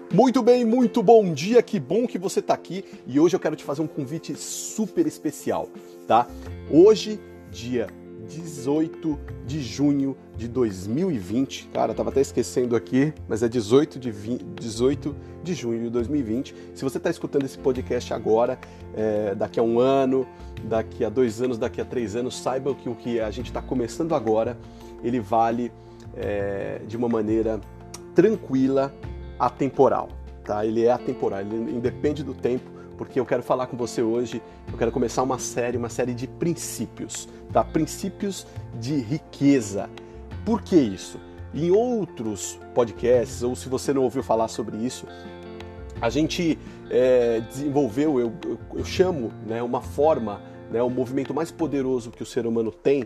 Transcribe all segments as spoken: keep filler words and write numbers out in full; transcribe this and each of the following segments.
Muito bem, muito bom dia, que bom que você está aqui e hoje eu quero te fazer um convite super especial, tá? Hoje, dia dezoito de junho de dois mil e vinte, cara, tava até esquecendo aqui, mas é dezoito de, dezoito de junho de dois mil e vinte. Se você está escutando esse podcast agora, é, daqui a um ano, daqui a dois anos, daqui a três anos, saiba que o que a gente está começando agora, ele vale é, de uma maneira tranquila, atemporal, tá? Ele é atemporal, ele independe do tempo, porque eu quero falar com você hoje, eu quero começar uma série, uma série de princípios, tá? Princípios de riqueza. Por que isso? Em outros podcasts, ou se você não ouviu falar sobre isso, a gente é, desenvolveu, eu, eu, eu chamo, né, uma forma, né, o movimento mais poderoso que o ser humano tem,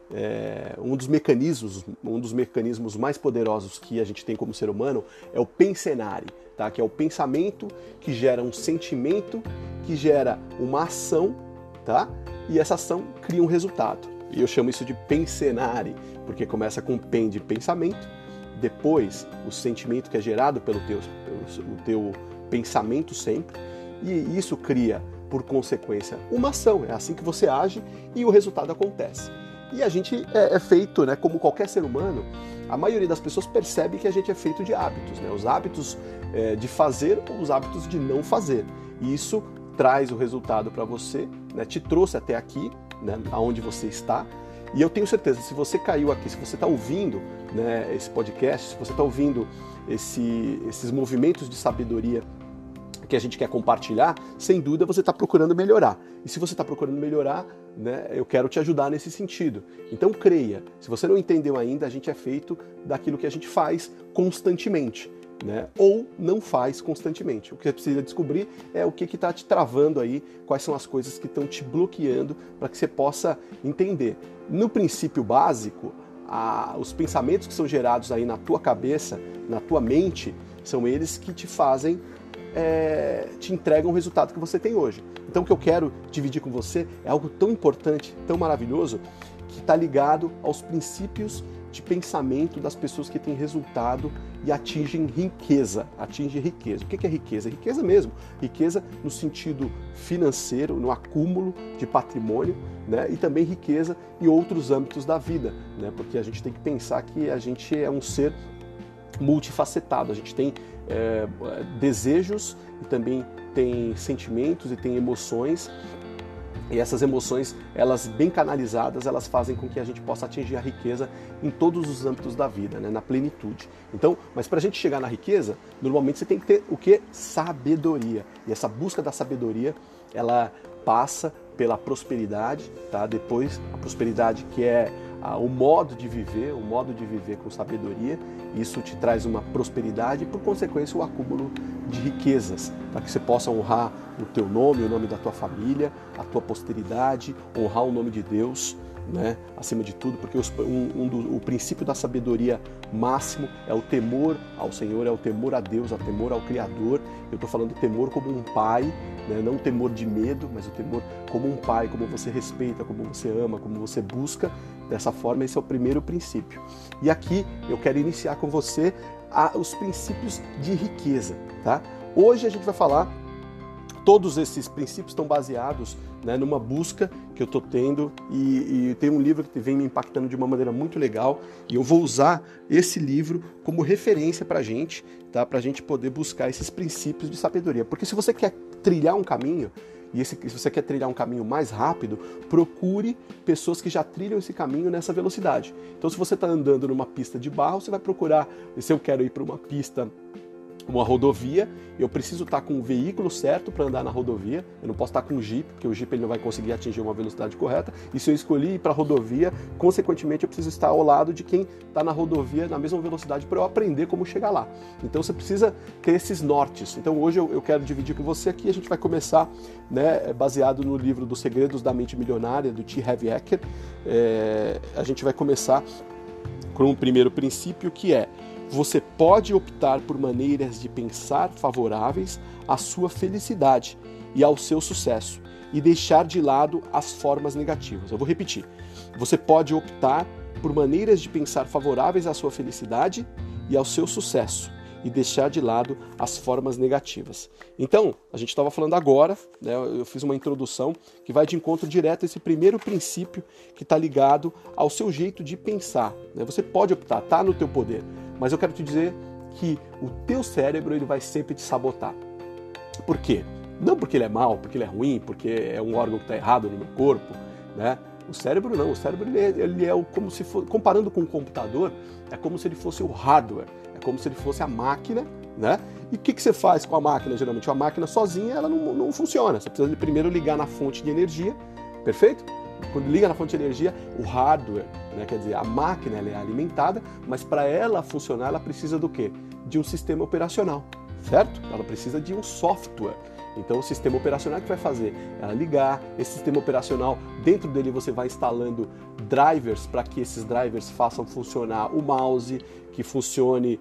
É, um dos mecanismos, um dos mecanismos mais poderosos que a gente tem como ser humano é o pensenare, tá? Que é o pensamento que gera um sentimento, que gera uma ação, tá? E essa ação cria um resultado. E eu chamo isso de pensenare, porque começa com pen de pensamento, depois o sentimento que é gerado pelo teu, pelo, o teu pensamento sempre, e isso cria, por consequência, uma ação. É assim que você age e o resultado acontece. E a gente é, é feito, né, como qualquer ser humano, a maioria das pessoas percebe que a gente é feito de hábitos, né, os hábitos é, de fazer ou os hábitos de não fazer. E isso traz o resultado para você, né, te trouxe até aqui, né, aonde você está. E eu tenho certeza, se você caiu aqui, se você está ouvindo, né, esse podcast, se você está ouvindo esse, esses movimentos de sabedoria que a gente quer compartilhar, sem dúvida você está procurando melhorar. E se você está procurando melhorar, né, eu quero te ajudar nesse sentido. Então creia, se você não entendeu ainda, a gente é feito daquilo que a gente faz constantemente, né, ou não faz constantemente. O que você precisa descobrir é o que está te travando aí, quais são as coisas que estão te bloqueando para que você possa entender. No princípio básico, a, os pensamentos que são gerados aí na tua cabeça, na tua mente, são eles que te fazem É, te entregam o resultado que você tem hoje. Então o que eu quero dividir com você é algo tão importante, tão maravilhoso, que está ligado aos princípios de pensamento das pessoas que têm resultado e atingem riqueza. Atingem riqueza. O que é riqueza? Riqueza mesmo. Riqueza no sentido financeiro, no acúmulo de patrimônio, né? E também riqueza em outros âmbitos da vida, né? Porque a gente tem que pensar que a gente é um ser multifacetado, a gente tem é, desejos e também tem sentimentos e tem emoções, e essas emoções, elas bem canalizadas, elas fazem com que a gente possa atingir a riqueza em todos os âmbitos da vida, né, na plenitude. Então, mas para a gente chegar na riqueza, normalmente você tem que ter o que? Sabedoria. E essa busca da sabedoria, ela passa pela prosperidade, tá? Depois a prosperidade que é ah, o modo de viver, o modo de viver com sabedoria, isso te traz uma prosperidade e por consequência o acúmulo de riquezas, para que você possa honrar o teu nome, o nome da tua família, a tua posteridade, honrar o nome de Deus, né, acima de tudo, porque os, um, um do, o princípio da sabedoria máximo é o temor ao Senhor, é o temor a Deus, é o temor ao Criador. Eu estou falando temor como um pai, né, não temor de medo, mas o temor como um pai, como você respeita, como você ama, como você busca. Dessa forma, esse é o primeiro princípio. E aqui eu quero iniciar com você a, os princípios de riqueza, tá? Hoje a gente vai falar, todos esses princípios estão baseados, né, numa busca que eu estou tendo e, e tem um livro que vem me impactando de uma maneira muito legal e eu vou usar esse livro como referência para a gente, tá, para a gente poder buscar esses princípios de sabedoria. Porque se você quer trilhar um caminho, e esse, se você quer trilhar um caminho mais rápido, procure pessoas que já trilham esse caminho nessa velocidade. Então se você está andando numa pista de barro, você vai procurar, se eu quero ir para uma pista, uma rodovia, eu preciso estar com o veículo certo para andar na rodovia, eu não posso estar com o Jeep, porque o Jeep ele não vai conseguir atingir uma velocidade correta, e se eu escolhi ir para a rodovia, consequentemente eu preciso estar ao lado de quem está na rodovia na mesma velocidade para eu aprender como chegar lá. Então você precisa ter esses nortes. Então hoje eu, eu quero dividir com você aqui, a gente vai começar, né, baseado no livro dos Segredos da Mente Milionária, do T. Harv Eker, é, a gente vai começar com um primeiro princípio que é: você pode optar por maneiras de pensar favoráveis à sua felicidade e ao seu sucesso e deixar de lado as formas negativas. Eu vou repetir. Você pode optar por maneiras de pensar favoráveis à sua felicidade e ao seu sucesso e deixar de lado as formas negativas. Então, a gente estava falando agora, né, eu fiz uma introdução que vai de encontro direto a esse primeiro princípio que está ligado ao seu jeito de pensar. Né? Você pode optar, está no teu poder, mas eu quero te dizer que o teu cérebro ele vai sempre te sabotar. Por quê? Não porque ele é mau, porque ele é ruim, porque é um órgão que está errado no meu corpo, né? O cérebro não, o cérebro ele é, ele é o, como se for, comparando com o computador, é como se ele fosse o hardware, é como se ele fosse a máquina, né? E o que, que você faz com a máquina, geralmente? A máquina sozinha, ela não, não funciona, você precisa primeiro ligar na fonte de energia, perfeito? Quando liga na fonte de energia, o hardware, né? Quer dizer, a máquina ela é alimentada, mas para ela funcionar, ela precisa do quê? De um sistema operacional, certo? Ela precisa de um software. Então o sistema operacional que vai fazer ela ligar, esse sistema operacional, dentro dele você vai instalando drivers para que esses drivers façam funcionar o mouse, que funcione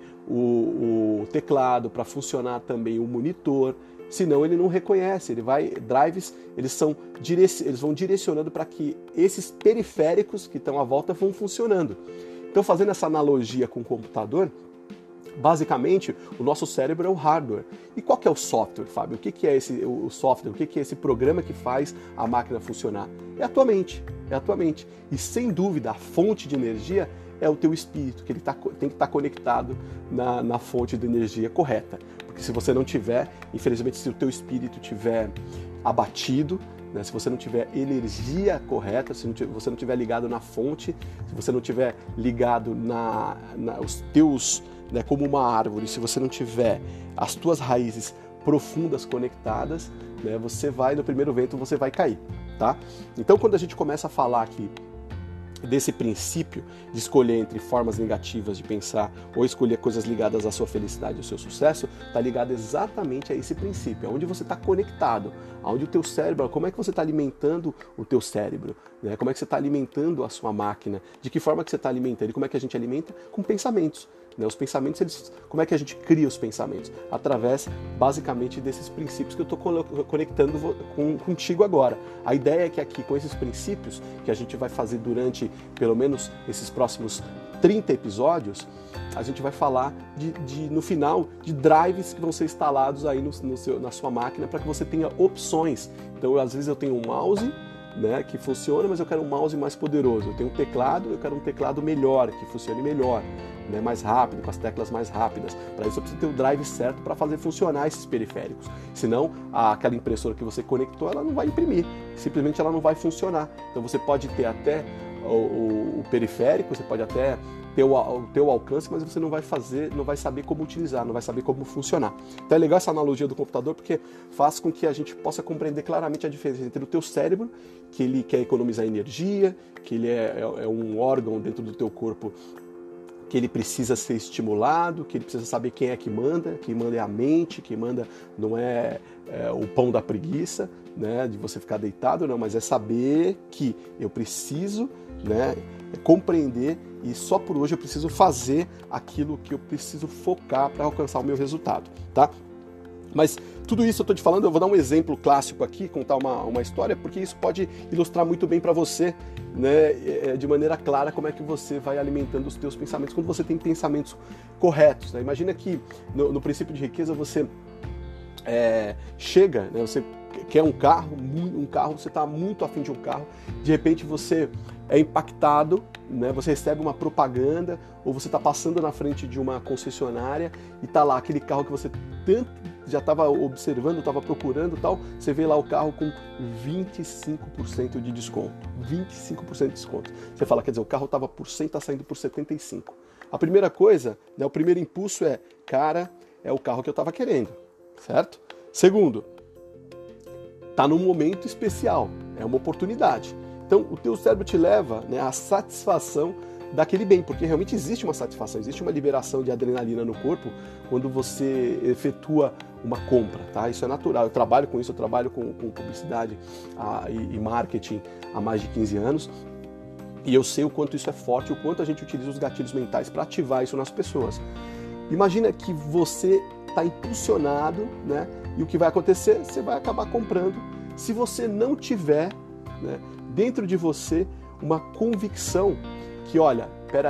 o, o teclado, para funcionar também o monitor, senão ele não reconhece, ele vai, drives, eles, são, eles vão direcionando para que esses periféricos que estão à volta vão funcionando. Então fazendo essa analogia com o computador, basicamente, o nosso cérebro é o hardware. E qual que é o software, Fábio? O que, que é esse o software? O que, que é esse programa que faz a máquina funcionar? É a tua mente, é a tua mente. E sem dúvida, a fonte de energia é o teu espírito, que ele tá, tem que estar tá conectado na, na fonte de energia correta. Porque se você não tiver, infelizmente, se o teu espírito tiver abatido, né, se você não tiver energia correta, se não tiver, você não tiver ligado na fonte, se você não tiver ligado na, na os teus Né, como uma árvore, se você não tiver as tuas raízes profundas conectadas, né, você vai, no primeiro vento, você vai cair, tá? Então, quando a gente começa a falar aqui desse princípio de escolher entre formas negativas de pensar ou escolher coisas ligadas à sua felicidade e ao seu sucesso, está ligado exatamente a esse princípio, aonde você está conectado, aonde o teu cérebro, como é que você está alimentando o teu cérebro, né? Como é que você está alimentando a sua máquina, de que forma que você está alimentando, e como é que a gente alimenta? Com pensamentos. Né, os pensamentos, eles, como é que a gente cria os pensamentos? Através, basicamente, desses princípios que eu estou conectando com, contigo agora. A ideia é que aqui, com esses princípios, que a gente vai fazer durante, pelo menos, esses próximos trinta episódios, a gente vai falar, de, de, no final, de drives que vão ser instalados aí no, no seu, na sua máquina para que você tenha opções. Então, às vezes eu tenho um mouse, né, que funciona, mas eu quero um mouse mais poderoso. Eu tenho um teclado, eu quero um teclado melhor, que funcione melhor, né, mais rápido, com as teclas mais rápidas. Para isso eu preciso ter o drive certo para fazer funcionar esses periféricos. Senão, a, aquela impressora que você conectou, ela não vai imprimir. Simplesmente ela não vai funcionar. Então você pode ter até o, o, o periférico, você pode até ter o, o teu alcance, mas você não vai fazer, não vai saber como utilizar, não vai saber como funcionar. Então é legal essa analogia do computador, porque faz com que a gente possa compreender claramente a diferença entre o teu cérebro, que ele quer economizar energia, que ele é, é, é um órgão dentro do teu corpo que ele precisa ser estimulado, que ele precisa saber quem é que manda, quem manda é a mente, quem manda não é, é o pão da preguiça, né, de você ficar deitado, não, mas é saber que eu preciso, né, compreender e só por hoje eu preciso fazer aquilo que eu preciso focar para alcançar o meu resultado, tá? Mas tudo isso eu estou te falando, eu vou dar um exemplo clássico aqui, contar uma, uma história, porque isso pode ilustrar muito bem para você, né, de maneira clara como é que você vai alimentando os teus pensamentos, quando você tem pensamentos corretos. Né? Imagina que no, no princípio de riqueza você é, chega, né, você quer um carro, um carro, você está muito afim de um carro, de repente você é impactado, né, você recebe uma propaganda, ou você está passando na frente de uma concessionária e está lá aquele carro que você tanto já estava observando, estava procurando e tal, você vê lá o carro com vinte e cinco por cento de desconto. vinte e cinco por cento de desconto. Você fala, quer dizer, o carro estava por cem, está saindo por setenta e cinco por cento. A primeira coisa, né, o primeiro impulso é, cara, é o carro que eu estava querendo, certo? Segundo, está num momento especial, é uma oportunidade. Então, o teu cérebro te leva, né, à satisfação daquele bem, porque realmente existe uma satisfação, existe uma liberação de adrenalina no corpo quando você efetua uma compra, tá? Isso é natural, eu trabalho com isso, eu trabalho com, com publicidade a, e, e marketing há mais de quinze anos, e eu sei o quanto isso é forte, o quanto a gente utiliza os gatilhos mentais para ativar isso nas pessoas. Imagina que você está impulsionado, né? E o que vai acontecer? Você vai acabar comprando. Se você não tiver, né, dentro de você uma convicção que, olha, peraí,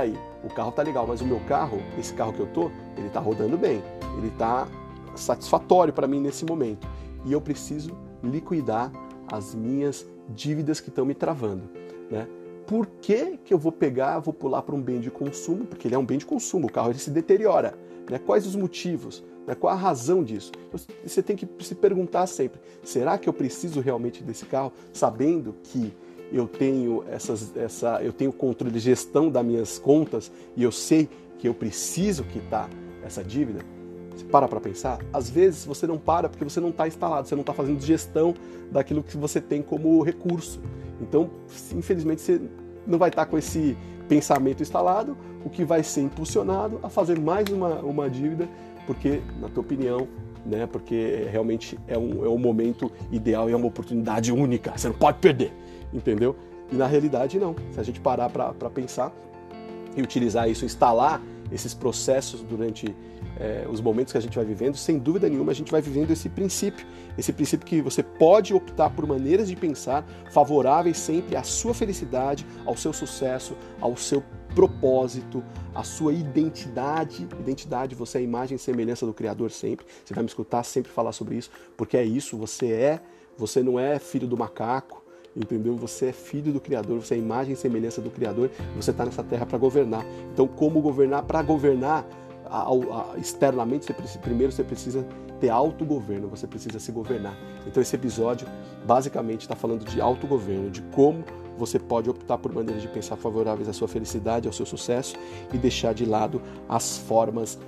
o carro tá legal, mas o meu carro, esse carro que eu tô, ele tá rodando bem, ele tá satisfatório para mim nesse momento. E eu preciso liquidar as minhas dívidas que estão me travando, né? Por que que eu vou pegar, vou pular para um bem de consumo? Porque ele é um bem de consumo, o carro ele se deteriora, né? Quais os motivos? Né? Qual a razão disso? Você tem que se perguntar sempre, será que eu preciso realmente desse carro, sabendo que eu tenho essas, essa, eu tenho controle de gestão das minhas contas e eu sei que eu preciso quitar essa dívida? Você para para pensar? Às vezes você não para porque você não está instalado, você não está fazendo gestão daquilo que você tem como recurso. Então, infelizmente, você não vai estar com esse pensamento instalado, o que vai ser impulsionado a fazer mais uma, uma dívida, porque, na tua opinião, né, porque realmente é um, é um momento ideal e é uma oportunidade única, você não pode perder, entendeu? E na realidade não, se a gente parar para pensar e utilizar isso, instalar esses processos durante é, os momentos que a gente vai vivendo, sem dúvida nenhuma a gente vai vivendo esse princípio, esse princípio que você pode optar por maneiras de pensar favoráveis sempre à sua felicidade, ao seu sucesso, ao seu propósito, à sua identidade. Identidade, você é a imagem e semelhança do Criador sempre, você vai me escutar sempre falar sobre isso, porque é isso, você é, você não é filho do macaco, entendeu? Você é filho do Criador, você é a imagem e semelhança do Criador, você está nessa terra para governar. Então, como governar? Para governar a, a, externamente, você precisa, primeiro você precisa ter autogoverno, você precisa se governar. Então, esse episódio, basicamente, está falando de autogoverno, de como você pode optar por maneiras de pensar favoráveis à sua felicidade, ao seu sucesso e deixar de lado as formas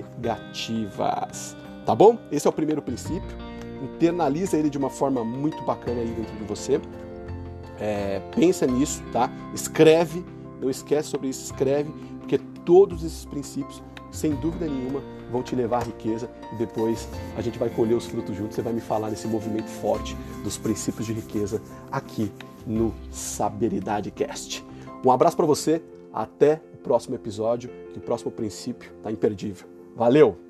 negativas. Tá bom? Esse é o primeiro princípio. Internaliza ele de uma forma muito bacana aí dentro de você. É, pensa nisso, tá? Escreve, não esquece sobre isso, escreve, porque todos esses princípios, sem dúvida nenhuma, vão te levar à riqueza e depois a gente vai colher os frutos juntos. Você vai me falar nesse movimento forte dos princípios de riqueza aqui no Saberidade Cast. Um abraço para você, até o próximo episódio, que o próximo princípio tá imperdível. Valeu!